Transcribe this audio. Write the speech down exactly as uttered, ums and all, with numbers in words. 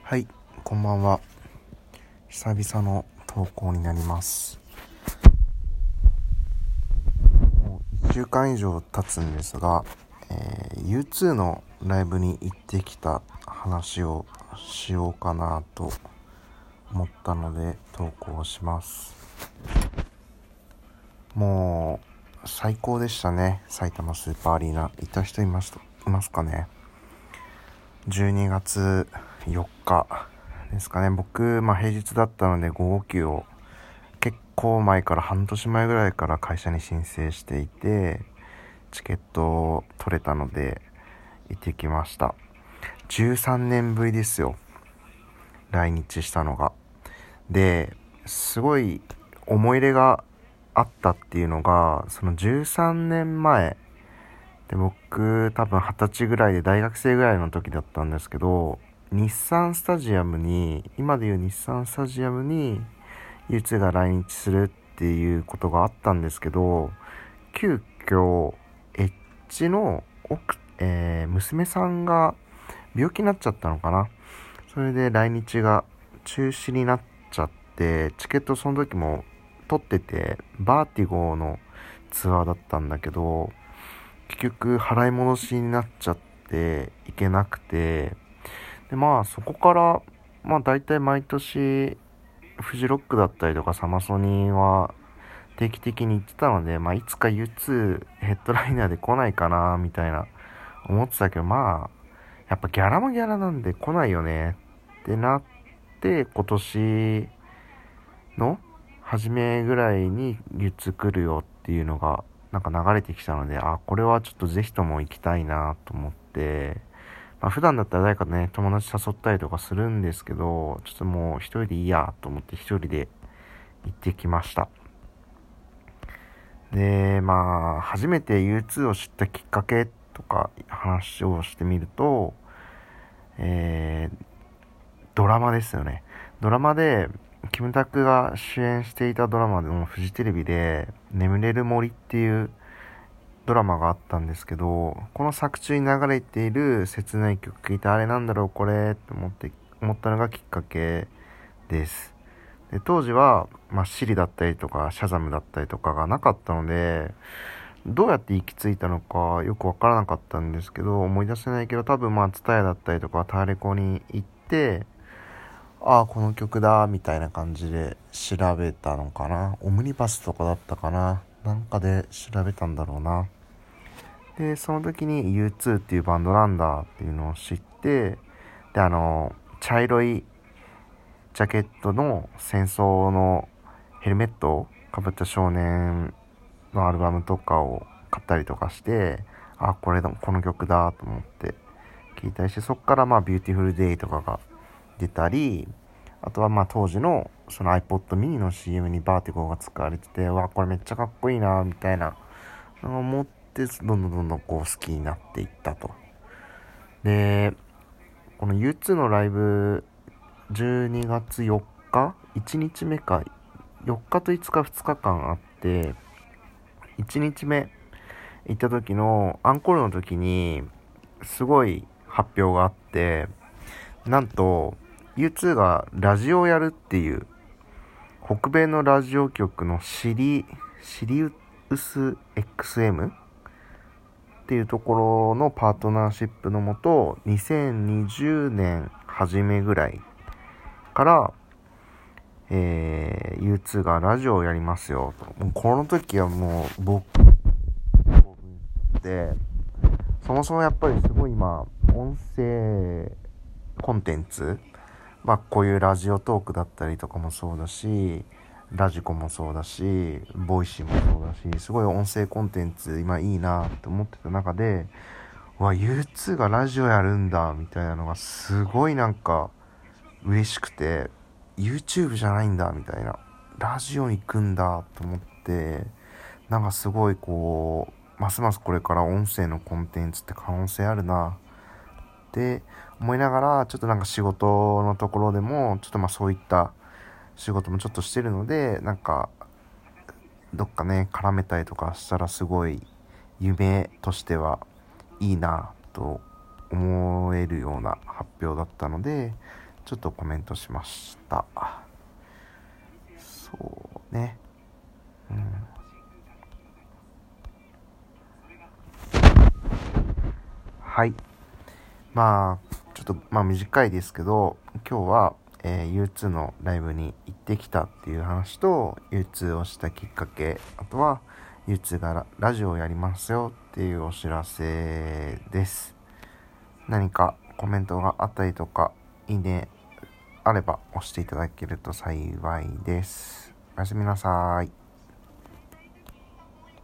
はい、こんばんは。久々の投稿になります。もういっしゅうかん以上経つんですが、えー、ユーツー のライブに行ってきた話をしようかなと思ったので投稿します。もう最高でしたね。埼玉スーパーアリーナ行った人いますいますかね。じゅうにがつよっかですかね。僕、まあ、平日だったのでご号休を結構前から半年前ぐらいから会社に申請していて、チケットを取れたので行ってきました。じゅうさんねんぶりですよ、来日したのが。ですごい思い入れがあったっていうのが、そのじゅうさんねんまえで、僕多分はたちぐらいで大学生ぐらいの時だったんですけど、日産スタジアムに今でいう日産スタジアムに ユーツー が来日するっていうことがあったんですけど、急遽エッジの奥、えー、娘さんが病気になっちゃったのかな。それで来日が中止になっちゃって、チケットその時も取ってて、バーティゴのツアーだったんだけど、結局払い戻しになっちゃって行けなくて、でまあそこからまあ大体毎年フジロックだったりとかサマソニーは定期的に行ってたので、まあいつか ユーツー ヘッドライナーで来ないかなみたいな思ってたけど、まあやっぱギャラもギャラなんで来ないよねってなって、今年の初めぐらいに ユーツー 来るよっていうのがなんか流れてきたので、あ、これはちょっとぜひとも行きたいなと思って、まあ、普段だったら誰かね、友達誘ったりとかするんですけど、ちょっともう一人でいいやと思って一人で行ってきました。で、まあ、初めて ユーツー を知ったきっかけとか話をしてみると、えー、ドラマですよね。ドラマで、キムタクが主演していたドラマでもフジテレビで眠れる森っていうドラマがあったんですけど、この作中に流れている切ない曲聴いて、あれなんだろうこれって思って思ったのがきっかけです。で当時は、まあ、シリだったりとかシャザムだったりとかがなかったので、どうやって行き着いたのかよくわからなかったんですけど、思い出せないけど、多分まあツタヤだったりとかタワレコに行って、ああこの曲だみたいな感じで調べたのかな。オムニバスとかだったかな、なんかで調べたんだろうな。でその時に ユーツー っていうバンドなんだっていうのを知って、であの茶色いジャケットの戦争のヘルメットをかぶった少年のアルバムとかを買ったりとかして、あこれだこの曲だと思って聞いたりして、そっからまあビューティフルデイとかが出たり、あとはまあ当時のその iPod mini の シーエム にバーティゴが使われてて、わこれめっちゃかっこいいなみたいなのを思って、どんどんどんどんこう好きになっていったと。でこの ユーツー のライブじゅうにがつよっかいちにちめか、よっかといつかふつかかんあって、いちにちめ行った時のアンコールの時にすごい発表があって、なんと ユーツー がラジオをやるっていう、北米のラジオ局のシリシリウス エックスエム っていうところのパートナーシップのもと、にせんにじゅうねん初めぐらいから、えー、ユーツー がラジオをやりますよと。もうこの時はもう僕で、そもそもやっぱりすごい今音声コンテンツ、まあこういうラジオトークだったりとかもそうだし、ラジコもそうだし、ボイシーもそうだし、すごい音声コンテンツ今いいなって思ってた中で、うわ ユーツー がラジオやるんだみたいなのがすごいなんか嬉しくて、 YouTube じゃないんだみたいな、ラジオに行くんだと思って、なんかすごいこうますますこれから音声のコンテンツって可能性あるなって思いながら、ちょっとなんか仕事のところでもちょっとまあそういった仕事もちょっとしてるので、なんかどっかね絡めたりとかしたらすごい夢としてはいいなと思えるような発表だったので、 ちょっとコメントしました。そうね、うん、はい。まあちょっとまあ短いですけど、今日は、えー、ユーツー のライブに行ってきたっていう話と、 ユーツー をしたきっかけ、あとは ユーツー が ラ, ラジオをやりますよっていうお知らせです。何かコメントがあったりとか、いいねあれば押していただけると幸いです。おやすみなさい。